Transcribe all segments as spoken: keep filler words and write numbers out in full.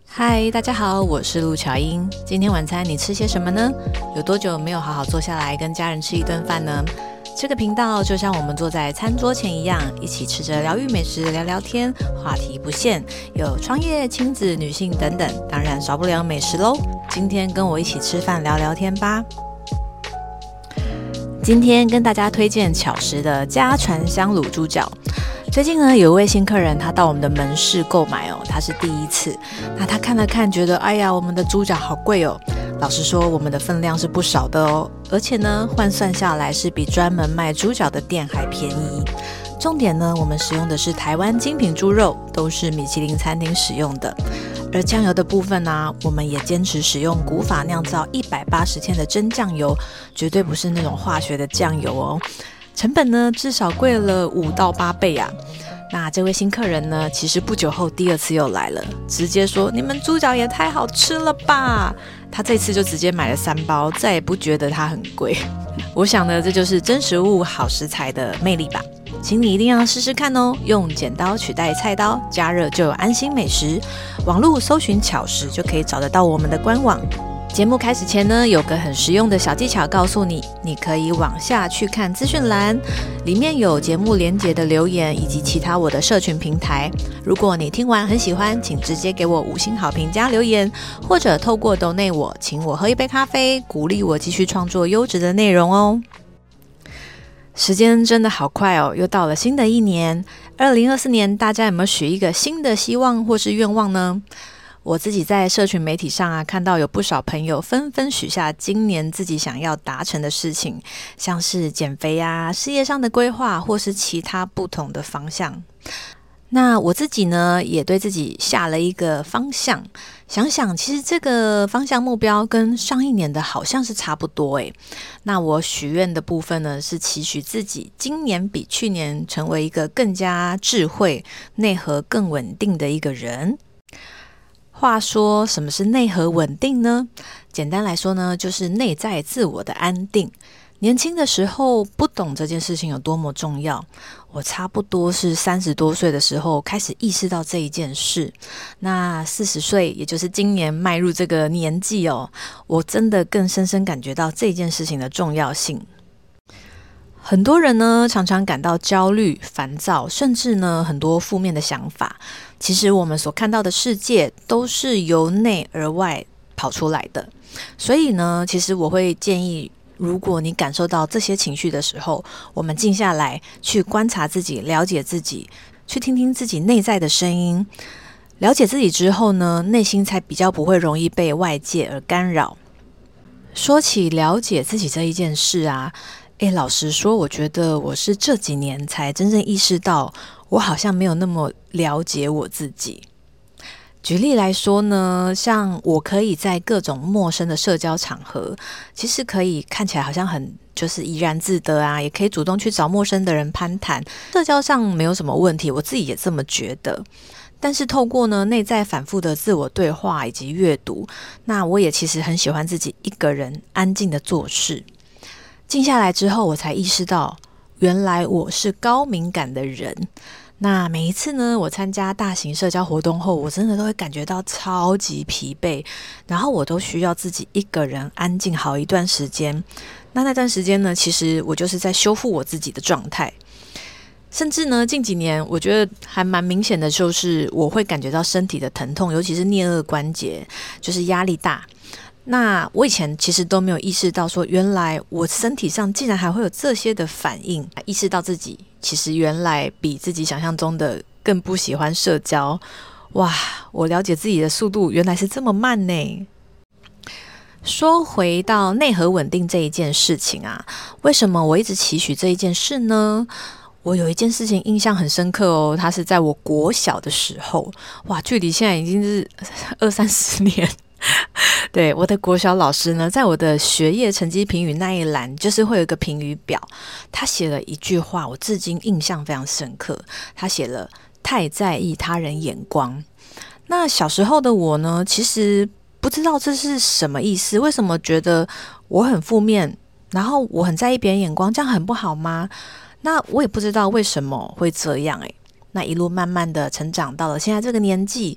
嗨，大家好，我是陆巧英。今天晚餐你吃些什么呢？有多久没有好好坐下来跟家人吃一顿饭呢？这个频道就像我们坐在餐桌前一样，一起吃着疗愈美食聊聊天，话题不限，有创业、亲子、女性等等，当然少不了美食咯。今天跟我一起吃饭聊聊天吧。今天跟大家推荐巧食的家传香卤猪脚。最近呢，有一位新客人，他到我们的门市购买哦，他是第一次。那他看了看，觉得哎呀，我们的猪脚好贵哦。老实说，我们的分量是不少的哦，而且呢，换算下来是比专门卖猪脚的店还便宜。重点呢，我们使用的是台湾精品猪肉，都是米其林餐厅使用的。而酱油的部分呢、啊，我们也坚持使用古法酿造一百八十天的真酱油，绝对不是那种化学的酱油哦。成本呢至少贵了五到八倍啊！那这位新客人呢，其实不久后第二次又来了，直接说你们猪脚也太好吃了吧！他这次就直接买了三包，再也不觉得它很贵。我想呢，这就是真食物好食材的魅力吧。请你一定要试试看哦！用剪刀取代菜刀，加热就有安心美食。网络搜寻巧食就可以找得到我们的官网。节目开始前呢，有个很实用的小技巧告诉你，你可以往下去看资讯栏，里面有节目连结的留言以及其他我的社群平台。如果你听完很喜欢，请直接给我五星好评加留言，或者透过抖内我，请我喝一杯咖啡，鼓励我继续创作优质的内容哦。时间真的好快哦，又到了新的一年。二零二四年，大家有没有许一个新的希望或是愿望呢？我自己在社群媒体上啊，看到有不少朋友纷纷许下今年自己想要达成的事情，像是减肥啊、事业上的规划，或是其他不同的方向。那我自己呢，也对自己下了一个方向，想想其实这个方向目标跟上一年的好像是差不多诶。那我许愿的部分呢，是期许自己今年比去年成为一个更加智慧、内核更稳定的一个人。话说，什么是内核稳定呢？简单来说呢，就是内在自我的安定。年轻的时候不懂这件事情有多么重要，我差不多是三十多岁的时候开始意识到这一件事。那四十岁，也就是今年迈入这个年纪哦，我真的更深深感觉到这件事情的重要性。很多人呢，常常感到焦虑、烦躁，甚至呢，很多负面的想法。其实我们所看到的世界都是由内而外跑出来的。所以呢，其实我会建议，如果你感受到这些情绪的时候，我们静下来，去观察自己，了解自己，去听听自己内在的声音。了解自己之后呢，内心才比较不会容易被外界而干扰。说起了解自己这一件事啊，诶，老实说，我觉得我是这几年才真正意识到，我好像没有那么了解我自己。举例来说呢，像我可以在各种陌生的社交场合，其实可以看起来好像很就是怡然自得啊，也可以主动去找陌生的人攀谈，社交上没有什么问题，我自己也这么觉得。但是透过呢内在反复的自我对话以及阅读，那我也其实很喜欢自己一个人安静的做事。静下来之后，我才意识到，原来我是高敏感的人。那每一次呢，我参加大型社交活动后，我真的都会感觉到超级疲惫，然后我都需要自己一个人安静好一段时间。那那段时间呢，其实我就是在修复我自己的状态。甚至呢，近几年我觉得还蛮明显的，就是我会感觉到身体的疼痛，尤其是颞颌关节，就是压力大。那我以前其实都没有意识到说，原来我身体上竟然还会有这些的反应，意识到自己其实原来比自己想象中的更不喜欢社交。哇，我了解自己的速度原来是这么慢呢。说回到内核稳定这一件事情啊，为什么我一直期许这一件事呢？我有一件事情印象很深刻哦，它是在我国小的时候，哇，距离现在已经是二三十年。对，我的国小老师呢，在我的学业成绩评语那一栏，就是会有一个评语表，他写了一句话，我至今印象非常深刻。他写了太在意他人眼光。那小时候的我呢，其实不知道这是什么意思，为什么觉得我很负面，然后我很在意别人眼光，这样很不好吗？那我也不知道为什么会这样诶。那一路慢慢的成长到了现在这个年纪，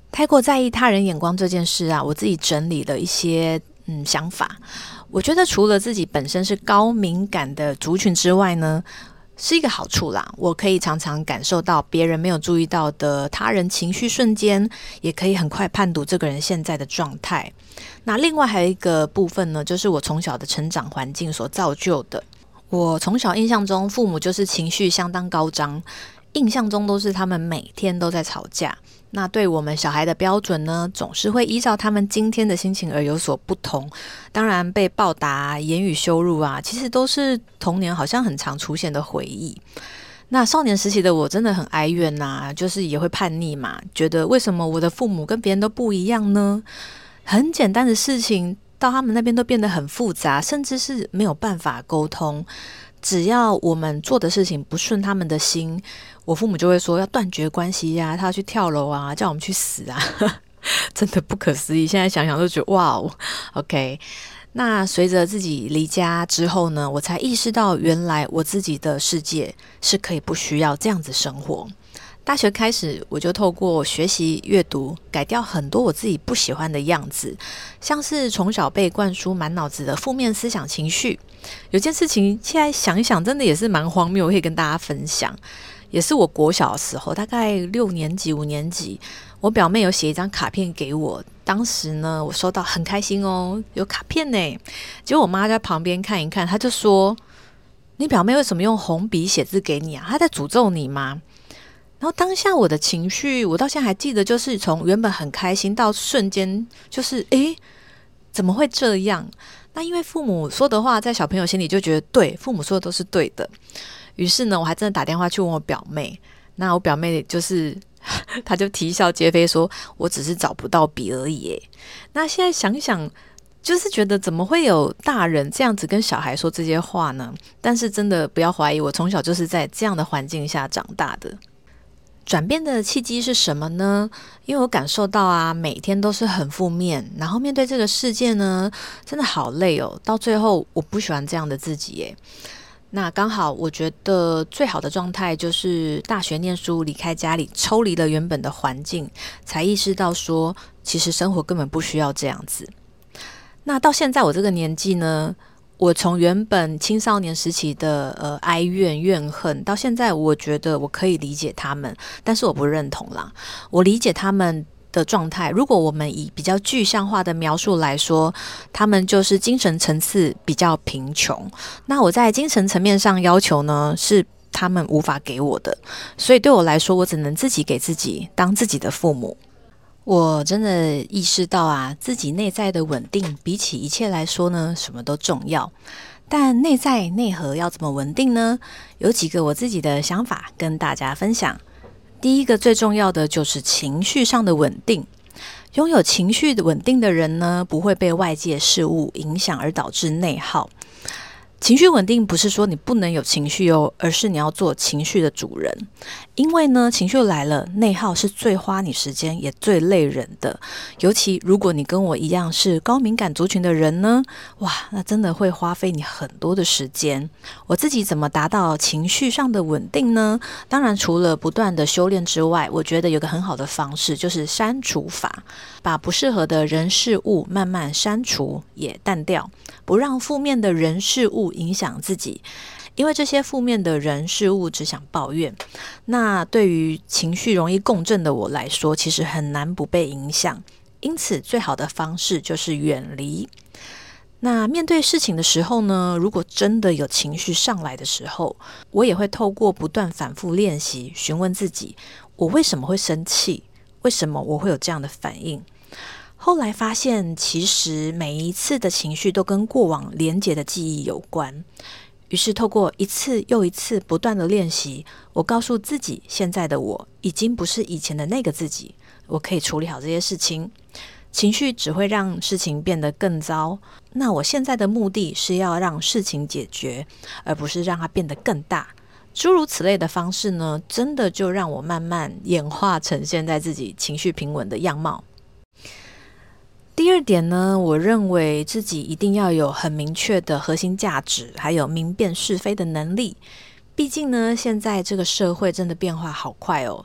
太过在意他人眼光这件事啊，我自己整理了一些嗯想法。我觉得除了自己本身是高敏感的族群之外呢，是一个好处啦，我可以常常感受到别人没有注意到的他人情绪瞬间，也可以很快判读这个人现在的状态。那另外还有一个部分呢，就是我从小的成长环境所造就的。我从小印象中，父母就是情绪相当高涨，印象中都是他们每天都在吵架。那对我们小孩的标准呢，总是会依照他们今天的心情而有所不同。当然被暴打、言语羞辱啊，其实都是童年好像很常出现的回忆。那少年时期的我真的很哀怨呐、啊，就是也会叛逆嘛，觉得为什么我的父母跟别人都不一样呢？很简单的事情到他们那边都变得很复杂，甚至是没有办法沟通。只要我们做的事情不顺他们的心，我父母就会说要断绝关系呀、啊，他要去跳楼啊，叫我们去死啊，真的不可思议。现在想想都觉得哇哦 ，OK。那随着自己离家之后呢，我才意识到原来我自己的世界是可以不需要这样子生活。大学开始，我就透过学习阅读，改掉很多我自己不喜欢的样子，像是从小被灌输满脑子的负面思想情绪。有件事情现在想一想，真的也是蛮荒谬，我可以跟大家分享。也是我国小的时候，大概六年级、五年级，我表妹有写一张卡片给我。当时呢，我收到很开心哦，有卡片呢。结果我妈在旁边看一看，她就说：“你表妹为什么用红笔写字给你啊？她在诅咒你吗？”然后当下我的情绪，我到现在还记得，就是从原本很开心到瞬间就是诶，怎么会这样？那因为父母说的话，在小朋友心里就觉得对，父母说的都是对的。于是呢，我还真的打电话去问我表妹。那我表妹就是她就啼笑皆非说，我只是找不到笔而已耶。那现在想想，就是觉得怎么会有大人这样子跟小孩说这些话呢？但是真的不要怀疑，我从小就是在这样的环境下长大的。转变的契机是什么呢？因为我感受到啊，每天都是很负面，然后面对这个世界呢，真的好累哦。到最后，我不喜欢这样的自己耶。那刚好，我觉得最好的状态就是大学念书，离开家里，抽离了原本的环境，才意识到说，其实生活根本不需要这样子。那到现在我这个年纪呢，我从原本青少年时期的呃哀怨怨恨，到现在我觉得我可以理解他们，但是我不认同啦。我理解他们的状态，如果我们以比较具象化的描述来说，他们就是精神层次比较贫穷。那我在精神层面上要求呢，是他们无法给我的，所以对我来说，我只能自己给自己，当自己的父母。我真的意识到啊，自己内在的稳定比起一切来说呢，什么都重要。但内在内核要怎么稳定呢？有几个我自己的想法跟大家分享。第一个最重要的就是情绪上的稳定。拥有情绪稳定的人呢，不会被外界事物影响而导致内耗。情绪稳定不是说你不能有情绪哦，而是你要做情绪的主人。因为呢，情绪来了，内耗是最花你时间也最累人的。尤其如果你跟我一样是高敏感族群的人呢，哇，那真的会花费你很多的时间。我自己怎么达到情绪上的稳定呢？当然除了不断的修炼之外，我觉得有个很好的方式，就是删除法，把不适合的人事物慢慢删除也淡掉，不让负面的人事物影响自己。因为这些负面的人事物只想抱怨，那对于情绪容易共振的我来说，其实很难不被影响。因此最好的方式就是远离。那面对事情的时候呢，如果真的有情绪上来的时候，我也会透过不断反复练习，询问自己，我为什么会生气？为什么我会有这样的反应？后来发现，其实每一次的情绪都跟过往连结的记忆有关。于是透过一次又一次不断的练习，我告诉自己，现在的我已经不是以前的那个自己，我可以处理好这些事情。情绪只会让事情变得更糟，那我现在的目的是要让事情解决，而不是让它变得更大。诸如此类的方式呢，真的就让我慢慢演化成现在自己情绪平稳的样貌。第二点呢，我认为自己一定要有很明确的核心价值，还有明辨是非的能力。毕竟呢，现在这个社会真的变化好快哦，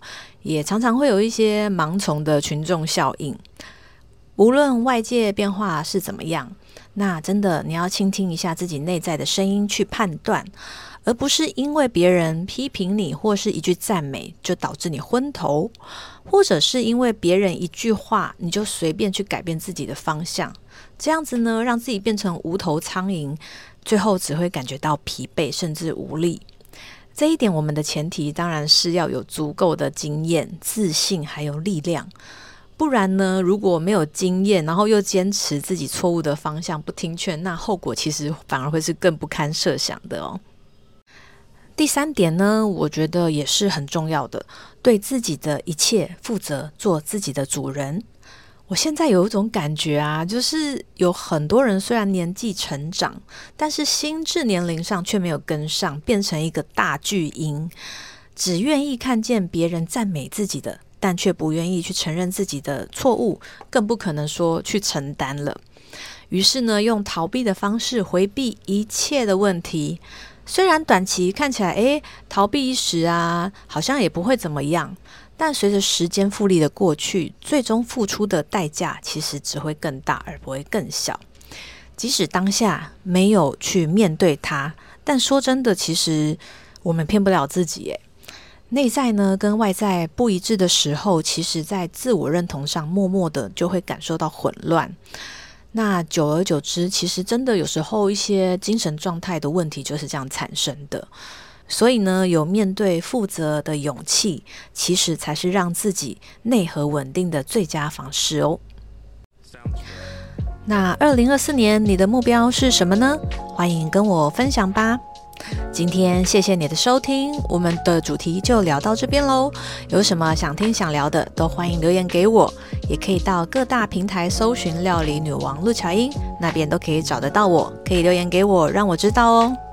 也常常会有一些盲从的群众效应。无论外界变化是怎么样，那真的你要倾听一下自己内在的声音去判断，而不是因为别人批评你或是一句赞美就导致你昏头，或者是因为别人一句话你就随便去改变自己的方向，这样子呢让自己变成无头苍蝇，最后只会感觉到疲惫甚至无力。这一点我们的前提当然是要有足够的经验、自信还有力量，不然呢如果没有经验，然后又坚持自己错误的方向不听劝，那后果其实反而会是更不堪设想的哦。第三点呢，我觉得也是很重要的，对自己的一切负责，做自己的主人。我现在有一种感觉啊，就是有很多人虽然年纪成长，但是心智年龄上却没有跟上，变成一个大巨婴，只愿意看见别人赞美自己的，但却不愿意去承认自己的错误，更不可能说去承担了。于是呢，用逃避的方式回避一切的问题，虽然短期看起来诶逃避一时啊，好像也不会怎么样，但随着时间复利的过去，最终付出的代价其实只会更大，而不会更小。即使当下没有去面对它，但说真的，其实我们骗不了自己耶。内在呢跟外在不一致的时候，其实在自我认同上默默的就会感受到混乱。那久而久之，其实真的有时候一些精神状态的问题就是这样产生的。所以呢，有面对负责的勇气，其实才是让自己内核稳定的最佳方式哦。那二零二四年你的目标是什么呢？欢迎跟我分享吧。今天谢谢你的收听，我们的主题就聊到这边咯。有什么想听想聊的，都欢迎留言给我，也可以到各大平台搜寻料理女王陆巧英，那边都可以找得到我，可以留言给我，让我知道哦。